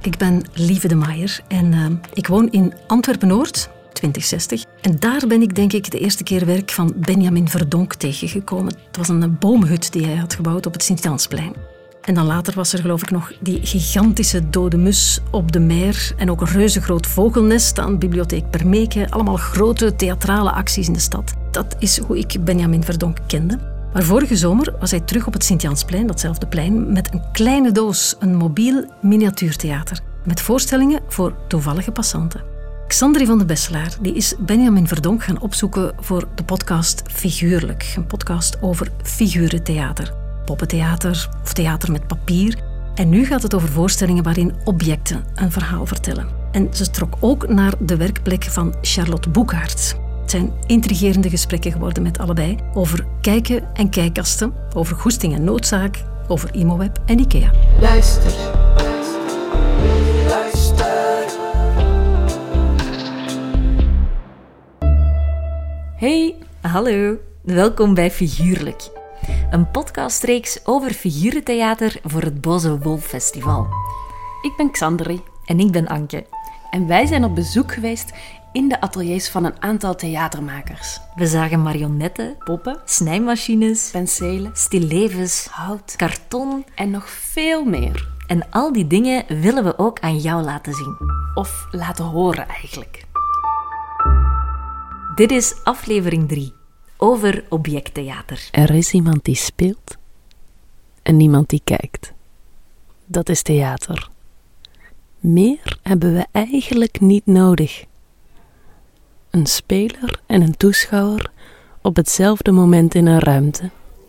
Ik ben Lieve de Maier en ik woon in Antwerpen-Noord, 2060. En daar ben ik denk ik de eerste keer werk van Benjamin Verdonk tegengekomen. Het was een boomhut die hij had gebouwd op het Sint-Jansplein. En dan later was er geloof ik nog die gigantische dode mus op de Meer en ook een reuzengroot vogelnest aan Bibliotheek Permeke. Allemaal grote theatrale acties in de stad. Dat is hoe ik Benjamin Verdonk kende. Maar vorige zomer was hij terug op het Sint-Jansplein, datzelfde plein, met een kleine doos, een mobiel miniatuurtheater. Met voorstellingen voor toevallige passanten. Xandri van de Besselaar die is Benjamin Verdonk gaan opzoeken voor de podcast Figuurlijk. Een podcast over figurentheater. Poppentheater of theater met papier. En nu gaat het over voorstellingen waarin objecten een verhaal vertellen. En ze trok ook naar de werkplek van Charlotte Boekaert. Het zijn intrigerende gesprekken geworden met allebei over kijken en kijkkasten, over goesting en noodzaak, over Imoweb en Ikea. Luister. Hey, hallo. Welkom bij Figuurlijk. Een podcastreeks over figurentheater voor het Boze Wolf Festival. Ik ben Xandri. En ik ben Anke. En wij zijn op bezoek geweest in de ateliers van een aantal theatermakers. We zagen marionetten, Poppen, snijmachines, penselen, stillevens, hout karton en nog veel meer. En al die dingen willen we ook aan jou laten zien. Of laten horen eigenlijk. Dit is aflevering 3. Over objecttheater. Er is iemand die speelt en niemand die kijkt. Dat is theater. Meer hebben we eigenlijk niet nodig. Een speler en een toeschouwer op hetzelfde moment in een ruimte.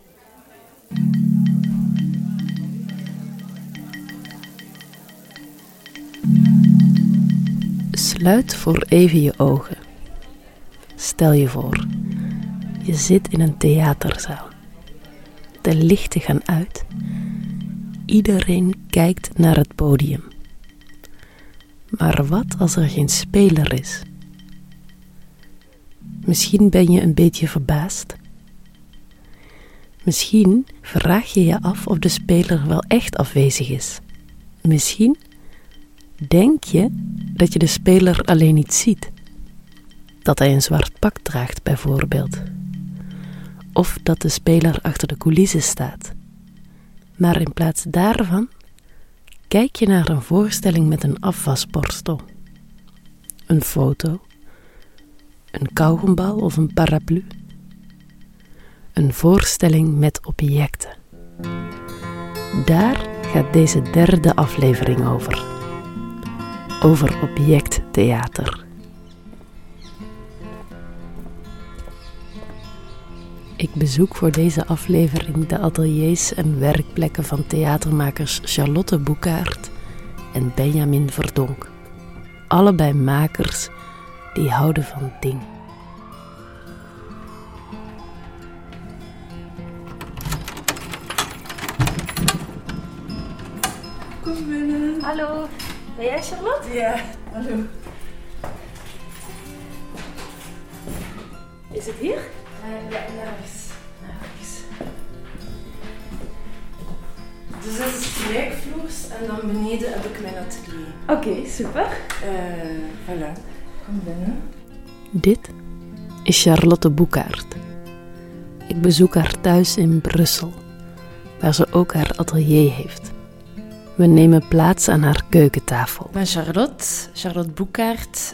Sluit voor even je ogen. Stel je voor, je zit in een theaterzaal. De lichten gaan uit. Iedereen kijkt naar het podium. Maar wat als er geen speler is? Misschien ben je een beetje verbaasd. Misschien vraag je je af of de speler wel echt afwezig is. Misschien denk je dat je de speler alleen niet ziet. Dat hij een zwart pak draagt bijvoorbeeld. Of dat de speler achter de coulissen staat. Maar in plaats daarvan kijk je naar een voorstelling met een afwasborstel, een foto, een kauwgombal of een paraplu. Een voorstelling met objecten. Daar gaat deze 3e aflevering over. Over objecttheater. Ik bezoek voor deze aflevering de ateliers en werkplekken van theatermakers Charlotte Boekaert en Benjamin Verdonk. Allebei makers die houden van dingen. Kom binnen. Hallo, ben jij Charlotte? Ja, hallo. Is het hier? Ja, nergens. Dus dat is gelijkvloers en dan beneden heb ik mijn atelier. Oké, super. Voilà. Kom binnen. Dit is Charlotte Boekaert. Ik bezoek haar thuis in Brussel, waar ze ook haar atelier heeft. We nemen plaats aan haar keukentafel. Ik ben Charlotte Boekaert.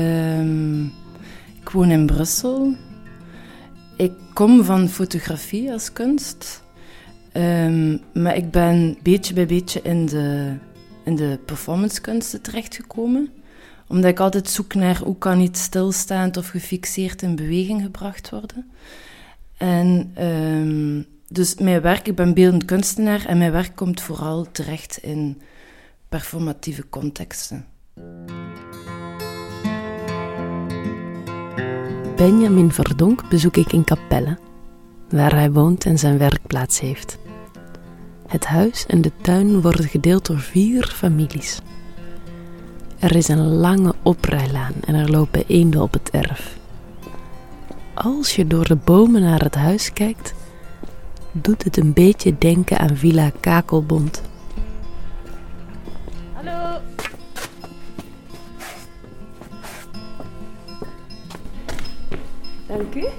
Ik woon in Brussel. Ik kom van fotografie als kunst. Maar ik ben beetje bij beetje in de performancekunsten terechtgekomen. Omdat ik altijd zoek naar hoe kan iets stilstaand of gefixeerd in beweging gebracht worden. En dus mijn werk, ik ben beeldend kunstenaar en mijn werk komt vooral terecht in performatieve contexten. Benjamin Verdonk bezoek ik in Capelle, waar hij woont en zijn werkplaats heeft. Het huis en de tuin worden gedeeld door 4 families. Er is een lange oprijlaan en er lopen eenden op het erf. Als je door de bomen naar het huis kijkt, doet het een beetje denken aan Villa Kakelbond. Hallo. Dank u.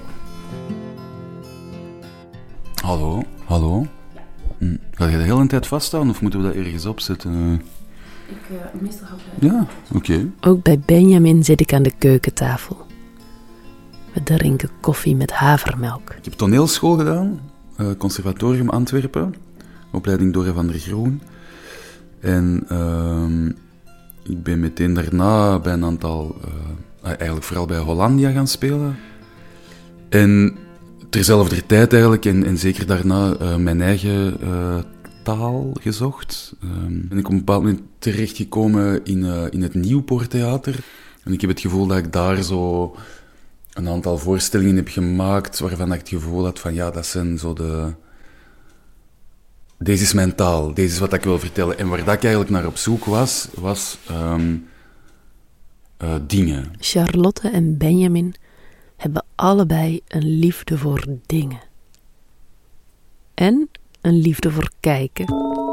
Hallo. Ga je de hele tijd vaststaan of moeten we dat ergens opzetten? Meestal ga ik... Ja, oké. Ook bij Benjamin zit ik aan de keukentafel. We drinken koffie met havermelk. Ik heb toneelschool gedaan, Conservatorium Antwerpen, opleiding Dore van der Groen. En ik ben meteen daarna bij een aantal, eigenlijk vooral bij Hollandia gaan spelen. En terzelfde tijd eigenlijk, en zeker daarna, mijn eigen taal gezocht. Ben ik op een bepaald moment terechtgekomen in het Nieuwpoorttheater. En ik heb het gevoel dat ik daar zo een aantal voorstellingen heb gemaakt waarvan ik het gevoel had van ja, dat zijn zo de... Deze is mijn taal, deze is wat ik wil vertellen. En waar dat ik eigenlijk naar op zoek was dingen. Charlotte en Benjamin hebben allebei een liefde voor dingen. En een liefde voor kijken.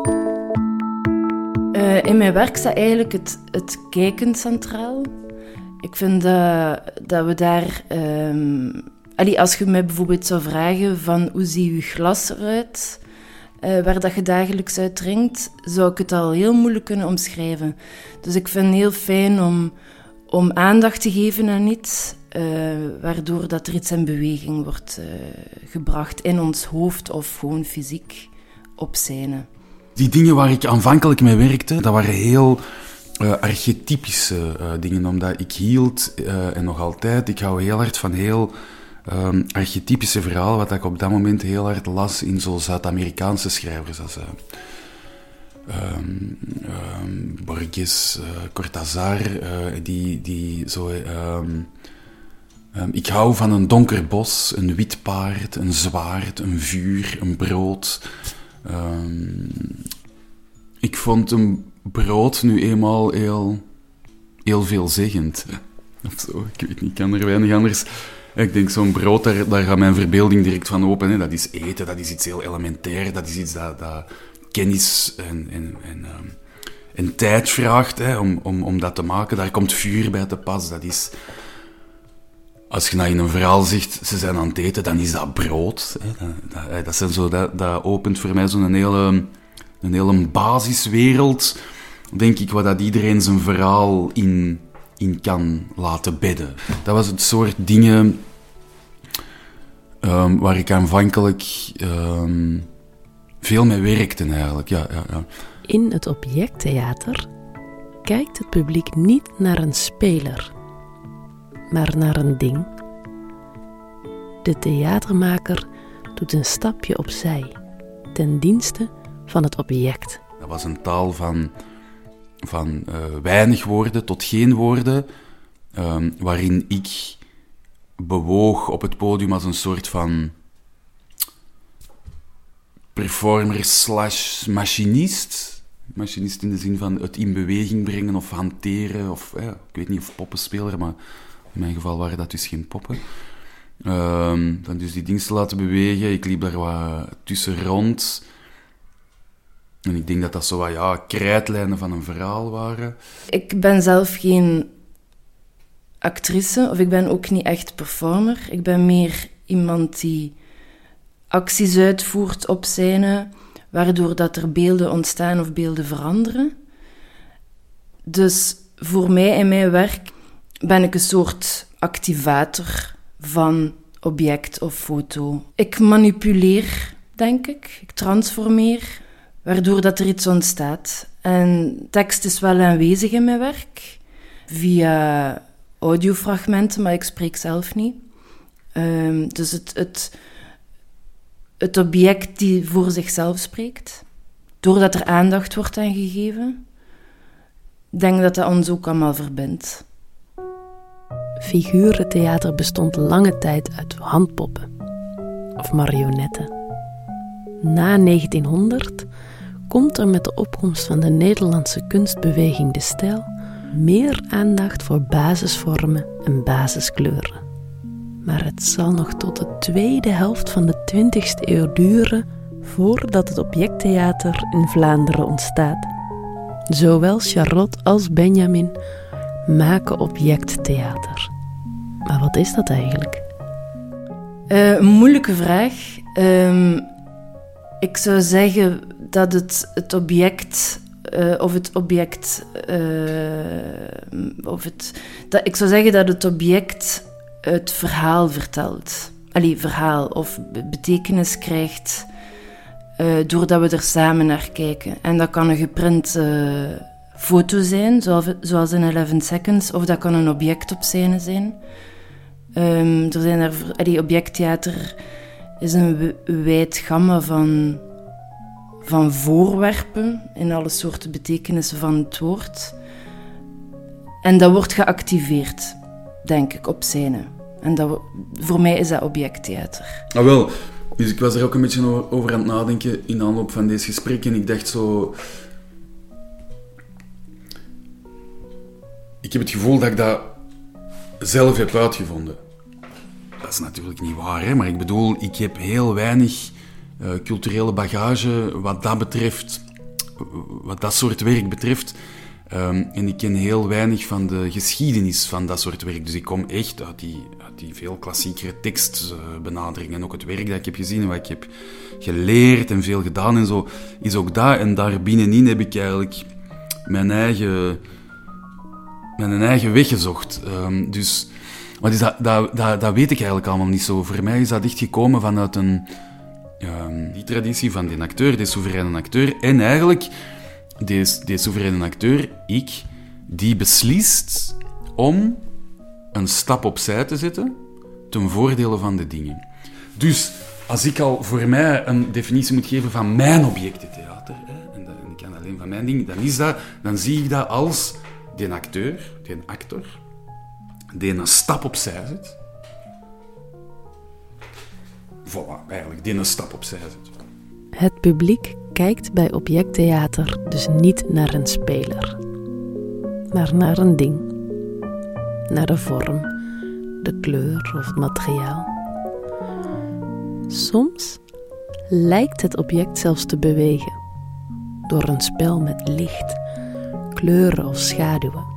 In mijn werk staat eigenlijk het kijken centraal. Ik vind dat we daar... als je mij bijvoorbeeld zou vragen van hoe ziet je glas eruit, waar dat je dagelijks uit drinkt, zou ik het al heel moeilijk kunnen omschrijven. Dus ik vind het heel fijn om aandacht te geven aan iets, waardoor dat er iets in beweging wordt gebracht in ons hoofd of gewoon fysiek op scène. Die dingen waar ik aanvankelijk mee werkte, dat waren heel archetypische dingen, omdat ik hield, en nog altijd, ik hou heel hard van heel archetypische verhalen, wat ik op dat moment heel hard las in zo Zuid-Amerikaanse schrijvers als Borges, Cortázar, die zo... ik hou van een donker bos, een wit paard, een zwaard, een vuur, een brood. Ik vond een brood nu eenmaal heel veelzeggend. Of zo, ik weet niet, ik kan er weinig anders... Ik denk, zo'n brood, daar gaat mijn verbeelding direct van open. Hè. Dat is eten, dat is iets heel elementair, dat is iets dat kennis en tijd vraagt, hè, om dat te maken. Daar komt vuur bij te pas. Dat is... Als je nou in een verhaal zegt, ze zijn aan het eten, dan is dat brood. Hè. Dat opent voor mij zo'n hele basiswereld, denk ik, waar dat iedereen zijn verhaal in kan laten bedden. Dat was het soort dingen waar ik aanvankelijk veel mee werkte eigenlijk. Ja. In het objecttheater kijkt het publiek niet naar een speler, maar naar een ding. De theatermaker doet een stapje opzij, ten dienste van het object. Dat was een taal van weinig woorden tot geen woorden, waarin ik bewoog op het podium als een soort van performer / machinist. Machinist in de zin van het in beweging brengen of hanteren, of ik weet niet of poppenspeler, maar in mijn geval waren dat dus geen poppen. Dan dus die dingen te laten bewegen, ik liep daar wat tussen rond. En ik denk dat dat zo wat krijtlijnen van een verhaal waren. Ik ben zelf geen actrice, of ik ben ook niet echt performer. Ik ben meer iemand die acties uitvoert op scène, waardoor dat er beelden ontstaan of beelden veranderen. Dus voor mij in mijn werk ben ik een soort activator van object of foto. Ik manipuleer, denk ik. Ik transformeer, waardoor dat er iets ontstaat. En tekst is wel aanwezig in mijn werk, via audiofragmenten, maar ik spreek zelf niet. Dus het object die voor zichzelf spreekt, doordat er aandacht wordt aan gegeven, ik denk dat dat ons ook allemaal verbindt. Figurentheater bestond lange tijd uit handpoppen of marionetten. Na 1900 komt er met de opkomst van de Nederlandse kunstbeweging De Stijl meer aandacht voor basisvormen en basiskleuren. Maar het zal nog tot de tweede helft van de 20e eeuw duren voordat het objecttheater in Vlaanderen ontstaat. Zowel Charlotte als Benjamin maken objecttheater. Maar wat is dat eigenlijk? Een moeilijke vraag. Ik zou zeggen dat het object... ik zou zeggen dat het object het verhaal vertelt. Verhaal of betekenis krijgt doordat we er samen naar kijken. En dat kan een geprinte foto zijn, zoals in 11 Seconds, of dat kan een object op scène zijn. Er zijn objecttheater is een wijd gamma van voorwerpen in alle soorten betekenissen van het woord. En dat wordt geactiveerd, denk ik, op scène. En voor mij is dat objecttheater. Ah, wel. Dus ik was er ook een beetje over aan het nadenken in de aanloop van deze gesprek. En ik dacht zo... Ik heb het gevoel dat ik dat zelf heb uitgevonden. Dat is natuurlijk niet waar, hè? Maar ik bedoel, ik heb heel weinig culturele bagage wat dat betreft, wat dat soort werk betreft. En ik ken heel weinig van de geschiedenis van dat soort werk. Dus ik kom echt uit die veel klassiekere tekstbenaderingen. En ook het werk dat ik heb gezien en wat ik heb geleerd en veel gedaan en zo, is ook dat. En daar binnenin heb ik eigenlijk mijn eigen weg gezocht. Dus... Maar dus dat weet ik eigenlijk allemaal niet zo. Voor mij is dat echt gekomen vanuit die traditie van die acteur, die soevereine acteur. En eigenlijk, die soevereine acteur, die beslist om een stap opzij te zetten ten voordele van de dingen. Dus als ik al voor mij een definitie moet geven van mijn objectentheater, en ik kan alleen van mijn ding, dan zie ik dat als die acteur, die actor, die een stap opzij zet. Voilà, eigenlijk, die een stap opzij zet. Het publiek kijkt bij objecttheater dus niet naar een speler, maar naar een ding. Naar de vorm, de kleur of het materiaal. Soms lijkt het object zelfs te bewegen, door een spel met licht, kleuren of schaduwen.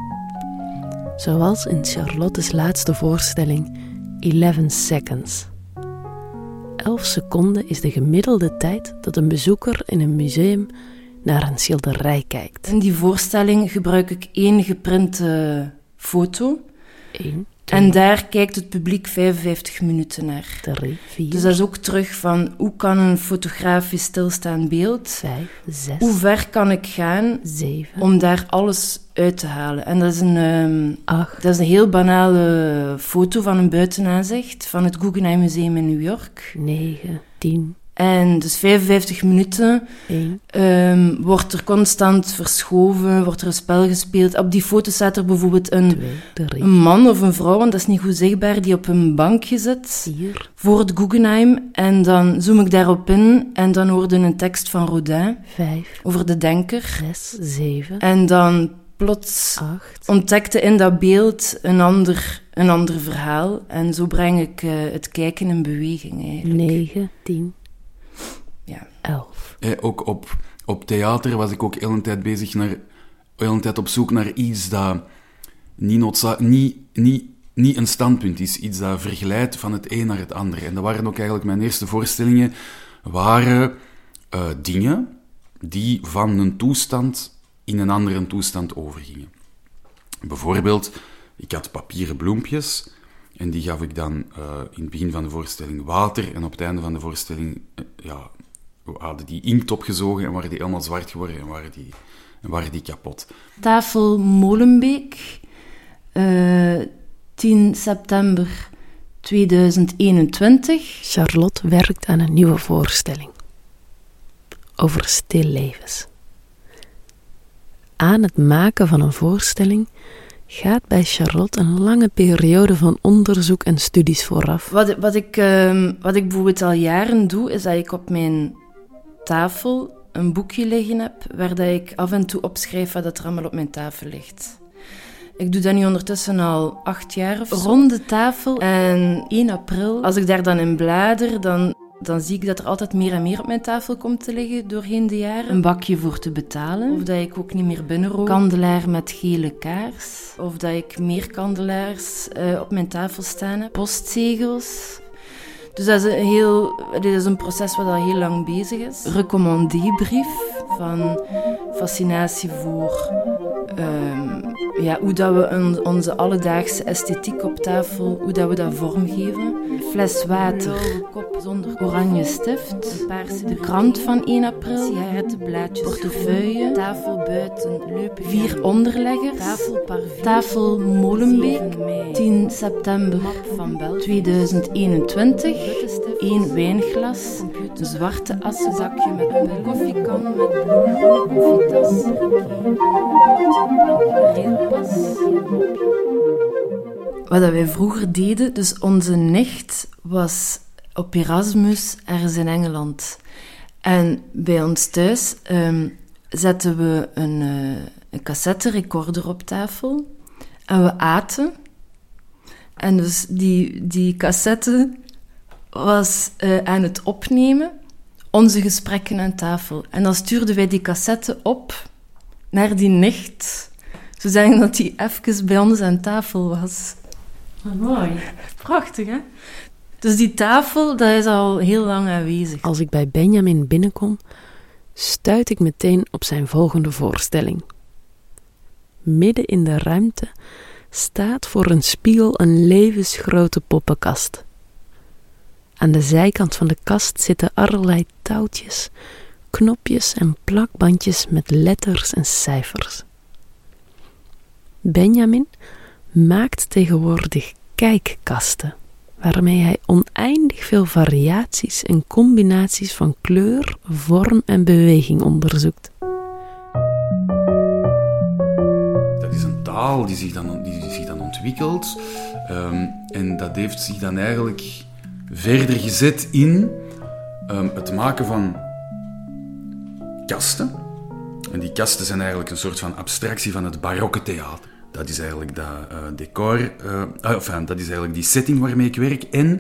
Zoals in Charlotte's laatste voorstelling 11 Seconds. 11 seconden is de gemiddelde tijd dat een bezoeker in een museum naar een schilderij kijkt. In die voorstelling gebruik ik 1 geprinte foto. 1, 2, en daar kijkt het publiek 55 minuten naar. 3, 4. Dus dat is ook terug van hoe kan een fotografisch stilstaand beeld... 5, 6. Hoe ver kan ik gaan 7. Om daar alles uit te halen. En dat is 8. Dat is een heel banale foto van een buitenaanzicht van het Guggenheim Museum in New York. 9, 10. En dus 55 minuten 1. Wordt er constant verschoven, wordt er een spel gespeeld. Op die foto staat er bijvoorbeeld 2, 3, een man of een vrouw, want dat is niet goed zichtbaar, die op een bankje zit 4, voor het Guggenheim. En dan zoom ik daarop in en dan hoorde een tekst van Rodin 5, over de denker. 6, 7, En dan plots 8, ontdekte in dat beeld een ander verhaal. En zo breng ik het kijken in beweging eigenlijk. 9, 10, Ja. 11. Ook op theater was ik ook heel een tijd bezig heel een tijd op zoek naar iets dat niet een standpunt is, iets dat vergelijdt van het een naar het ander. En dat waren ook eigenlijk mijn eerste voorstellingen, waren dingen die van een toestand in een andere toestand overgingen. Bijvoorbeeld, ik had papieren bloempjes en die gaf ik dan in het begin van de voorstelling water en op het einde van de voorstelling hadden die inkt opgezogen en waren die helemaal zwart geworden en waren die kapot. Tafel Molenbeek, 10 september 2021. Charlotte werkt aan een nieuwe voorstelling. Over stillevens. Aan het maken van een voorstelling gaat bij Charlotte een lange periode van onderzoek en studies vooraf. Wat ik bijvoorbeeld al jaren doe, is dat ik op mijn tafel een boekje liggen heb, waar dat ik af en toe opschrijf wat er allemaal op mijn tafel ligt. Ik doe dat nu ondertussen al 8 jaar of zo. Rond de tafel. En 1 april, als ik daar dan in blader, dan zie ik dat er altijd meer en meer op mijn tafel komt te liggen doorheen de jaren. Een bakje voor te betalen. Of dat ik ook niet meer binnenrook. Kandelaar met gele kaars. Of dat ik meer kandelaars op mijn tafel staan heb. Postzegels. Dus dat is dit is een proces wat al heel lang bezig is. Recommandébrief van fascinatie voor hoe dat we onze alledaagse esthetiek op tafel, hoe dat we dat vormgeven. Fles water, kop zonder oranje stift, de krant van 1 april, sigarettenblaadjes, portefeuille, tafel buiten, 4 onderleggers, tafel Molenbeek, 10 september 2021, 1 wijnglas, een zwarteaszakje met een koffiekan met bloem, koffietas, wat wij vroeger deden, dus onze nicht was op Erasmus ergens in Engeland. En bij ons thuis zetten we een cassette-recorder op tafel en we aten. En dus die cassette was aan het opnemen, onze gesprekken aan tafel. En dan stuurden wij die cassette op naar die nicht, zodat die even bij ons aan tafel was. Mooi. Prachtig, hè? Dus die tafel, dat is al heel lang aanwezig. Als ik bij Benjamin binnenkom, stuit ik meteen op zijn volgende voorstelling. Midden in de ruimte staat voor een spiegel een levensgrote poppenkast. Aan de zijkant van de kast zitten allerlei touwtjes, knopjes en plakbandjes met letters en cijfers. Benjamin maakt tegenwoordig kijkkasten, waarmee hij oneindig veel variaties en combinaties van kleur, vorm en beweging onderzoekt. Dat is een taal die zich dan ontwikkelt. En dat heeft zich dan eigenlijk verder gezet in het maken van kasten. En die kasten zijn eigenlijk een soort van abstractie van het barokke theater. Dat is eigenlijk dat decor, dat is eigenlijk die setting waarmee ik werk. En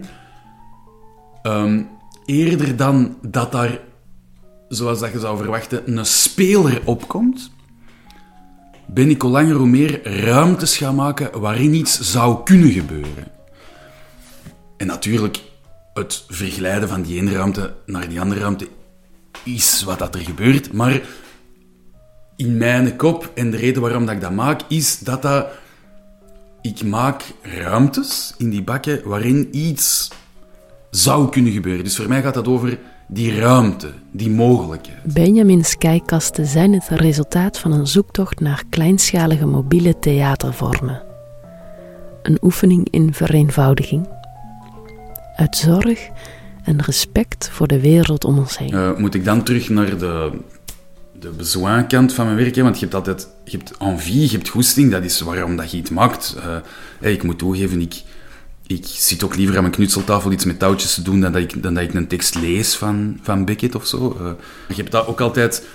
eerder dan dat daar, zoals dat je zou verwachten, een speler opkomt, ben ik hoe langer hoe meer ruimtes gaan maken waarin iets zou kunnen gebeuren. En natuurlijk, het verglijden van die ene ruimte naar die andere ruimte is wat dat er gebeurt, maar in mijn kop, en de reden waarom dat ik dat maak, is dat ik maak ruimtes in die bakken waarin iets zou kunnen gebeuren. Dus voor mij gaat dat over die ruimte, die mogelijkheid. Benjamin's kijkkasten zijn het resultaat van een zoektocht naar kleinschalige mobiele theatervormen. Een oefening in vereenvoudiging. Uit zorg en respect voor de wereld om ons heen. Moet ik dan terug naar de bezoenkant van mijn werk, hè? Want je hebt envie, je hebt goesting, dat is waarom dat je iets maakt. Ik moet toegeven, ik zit ook liever aan mijn knutseltafel iets met touwtjes te doen dan dat ik een tekst lees van Beckett of zo. Je hebt dat ook altijd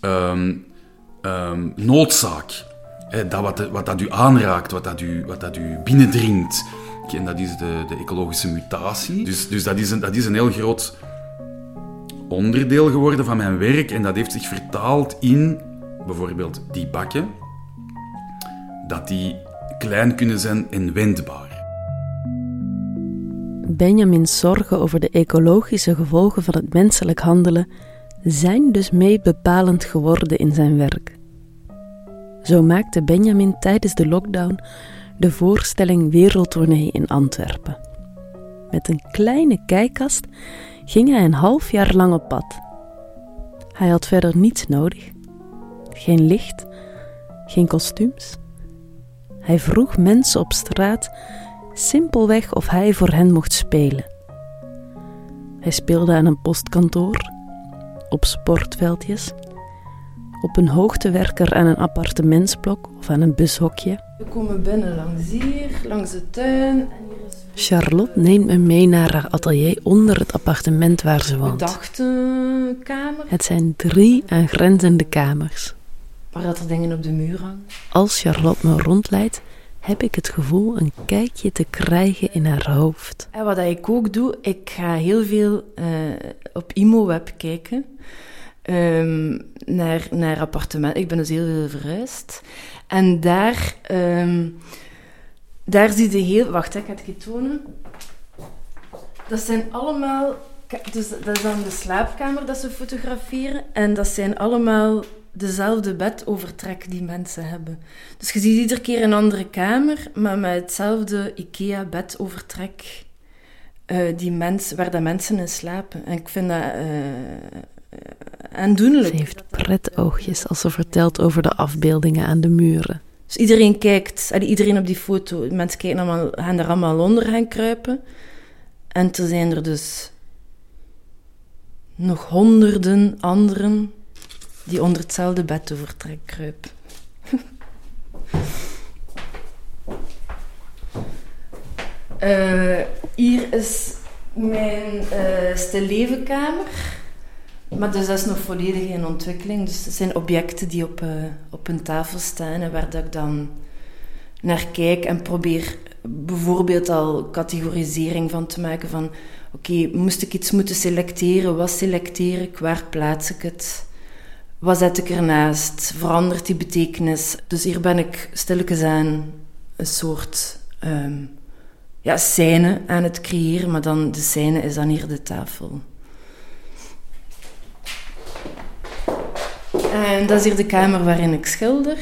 noodzaak. Wat dat u aanraakt, wat dat u binnendringt. En dat is de ecologische mutatie. Dus dat is een heel groot onderdeel geworden van mijn werk. En dat heeft zich vertaald in bijvoorbeeld die bakken. Dat die klein kunnen zijn en wendbaar. Benjamin's zorgen over de ecologische gevolgen van het menselijk handelen zijn dus mee bepalend geworden in zijn werk. Zo maakte Benjamin tijdens de lockdown de voorstelling Wereldtournee in Antwerpen. Met een kleine kijkkast ging hij een half jaar lang op pad. Hij had verder niets nodig. Geen licht, geen kostuums. Hij vroeg mensen op straat simpelweg of hij voor hen mocht spelen. Hij speelde aan een postkantoor, op sportveldjes, op een hoogtewerker aan een appartementsblok of aan een bushokje. We komen binnen langs hier, langs de tuin. En hier is Charlotte neemt me mee naar haar atelier onder het appartement waar ze woont. Gedachtenkamer. Het zijn 3 aangrenzende kamers. Waar dat er dingen op de muur hangen. Als Charlotte me rondleidt, heb ik het gevoel een kijkje te krijgen in haar hoofd. En wat ik ook doe, ik ga heel veel op ImoWeb kijken. Naar appartementen. Ik ben dus heel veel verhuisd. En daar zie je heel... Wacht, ik ga het je tonen. Dat zijn allemaal... Dus dat is dan de slaapkamer dat ze fotograferen. En dat zijn allemaal dezelfde bedovertrek die mensen hebben. Dus je ziet iedere keer een andere kamer, maar met hetzelfde IKEA-bedovertrek waar dat mensen in slapen. En ik vind dat aandoenlijk. Ze heeft pretoogjes als ze vertelt over de afbeeldingen aan de muren. Dus iedereen kijkt, iedereen op die foto, mensen kijken allemaal, gaan er allemaal onder gaan kruipen. En er zijn er dus nog honderden anderen die onder hetzelfde bedovertrek kruipen. Hier is mijn stillevenkamer. Maar dus dat is nog volledig in ontwikkeling. Dus het zijn objecten die op een tafel staan en waar dat ik dan naar kijk en probeer bijvoorbeeld al categorisering van te maken van oké, moest ik iets moeten selecteren? Wat selecteer ik? Waar plaats ik het? Wat zet ik ernaast? Verandert die betekenis? Dus hier ben ik stilletjes aan een soort scène aan het creëren, maar dan de scène is dan hier de tafel. En dat is hier de kamer waarin ik schilder.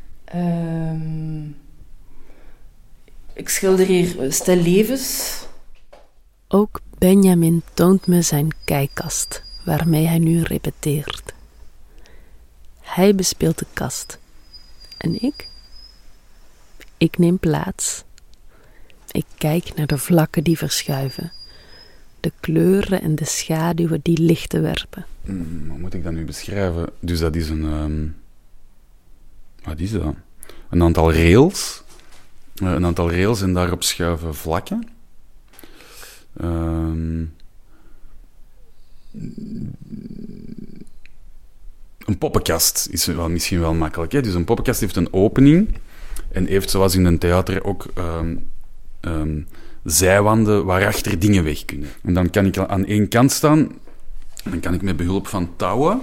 Ik schilder hier stillevens. Ook Benjamin toont me zijn kijkkast, waarmee hij nu repeteert. Hij bespeelt de kast. En ik? Ik neem plaats. Ik kijk naar de vlakken die verschuiven. De kleuren en de schaduwen die lichten werpen. Hoe moet ik dat nu beschrijven? Dus dat is wat is dat? Een aantal rails. Een aantal rails en daarop schuiven vlakken. Een poppenkast is misschien wel makkelijk. Hè? Dus een poppenkast heeft een opening en heeft, zoals in een theater, ook zijwanden waarachter dingen weg kunnen. En dan kan ik aan één kant staan, dan kan ik met behulp van touwen,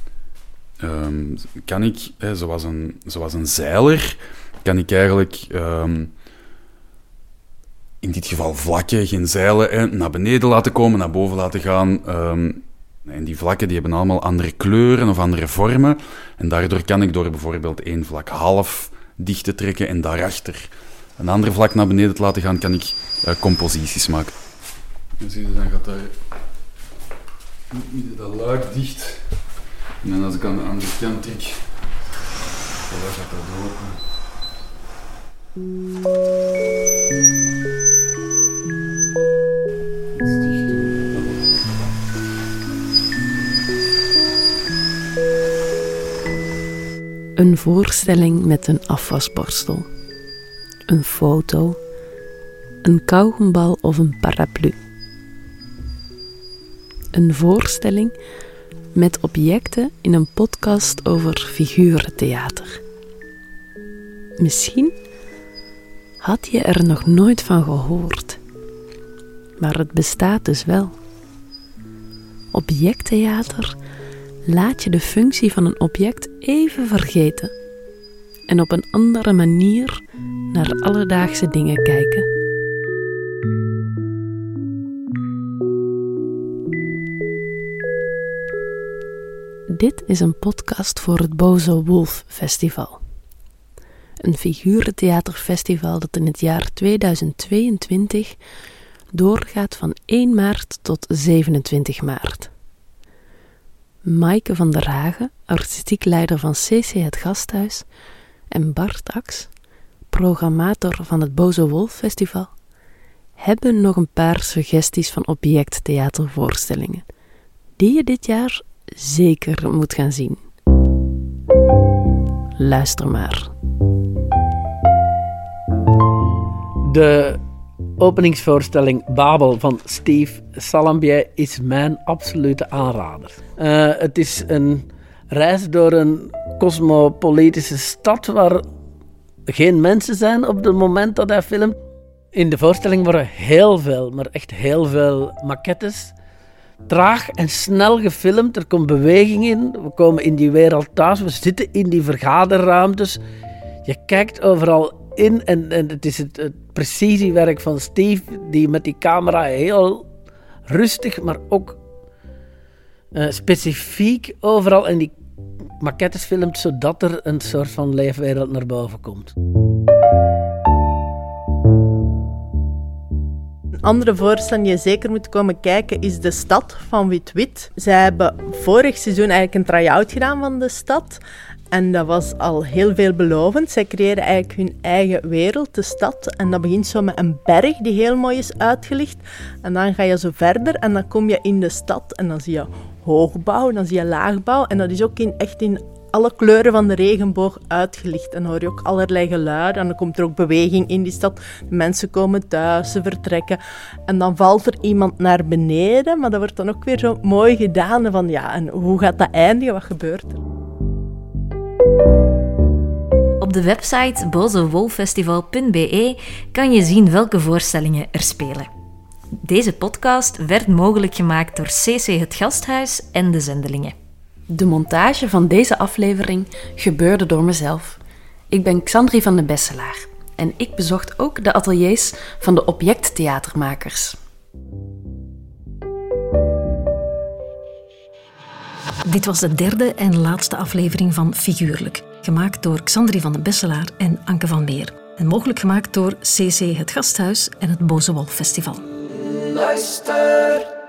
zoals een zeiler, kan ik eigenlijk in dit geval vlakken, geen zeilen, naar beneden laten komen, naar boven laten gaan. En die vlakken die hebben allemaal andere kleuren of andere vormen. En daardoor kan ik door bijvoorbeeld één vlak half dicht te trekken en daarachter een ander vlak naar beneden te laten gaan, kan ik composities maken. Dan zie je, dan gaat daar midden dat luik dicht. En dan als ik aan de andere kant trek, dan gaat dat open. Een voorstelling met een afwasborstel, een foto, een kauwgombal of een paraplu. Een voorstelling met objecten in een podcast over figurentheater. Misschien had je er nog nooit van gehoord, maar het bestaat dus wel. Objecttheater laat je de functie van een object even vergeten en op een andere manier naar alledaagse dingen kijken. Dit is een podcast voor het Boze Wolf Festival. Een figurentheaterfestival dat in het jaar 2022 doorgaat van 1 maart tot 27 maart. Maaike van der Hagen, artistiek leider van CC Het Gasthuis, en Bart Aks, programmator van het Boze Wolf Festival, hebben nog een paar suggesties van objecttheatervoorstellingen, die je dit jaar zeker moet gaan zien. Luister maar. De openingsvoorstelling Babel van Steve Salambier is mijn absolute aanrader. Het is een reis door een cosmopolitische stad waar geen mensen zijn op het moment dat hij filmt. In de voorstelling worden heel veel, maar echt heel veel maquettes traag en snel gefilmd. Er komt beweging in. We komen in die wereld thuis. We zitten in die vergaderruimtes. Je kijkt overal in en het is het precisiewerk van Steve die met die camera heel rustig, maar ook specifiek overal in die maquettes filmt, zodat er een soort van leefwereld naar boven komt. Een andere voorstelling die je zeker moet komen kijken is De Stad van Wit-Wit. Zij hebben vorig seizoen eigenlijk een try-out gedaan van De Stad. En dat was al heel veelbelovend. Zij creëren eigenlijk hun eigen wereld, de stad. En dat begint zo met een berg die heel mooi is uitgelicht. En dan ga je zo verder en dan kom je in de stad. En dan zie je hoogbouw, dan zie je laagbouw. En dat is ook echt in alle kleuren van de regenboog uitgelicht. En dan hoor je ook allerlei geluiden. En dan komt er ook beweging in die stad. De mensen komen thuis, ze vertrekken. En dan valt er iemand naar beneden. Maar dat wordt dan ook weer zo mooi gedaan. Van ja, en hoe gaat dat eindigen? Wat gebeurt er? Op de website bozewolffestival.be kan je zien welke voorstellingen er spelen. Deze podcast werd mogelijk gemaakt door CC Het Gasthuis en de Zendelingen. De montage van deze aflevering gebeurde door mezelf. Ik ben Xandri van de Besselaar en ik bezocht ook de ateliers van de objecttheatermakers. Dit was de derde en laatste aflevering van Figuurlijk, gemaakt door Xandri van de Besselaar en Anke van Meer. En mogelijk gemaakt door CC Het Gasthuis en het Boze Wolf Festival. Luister.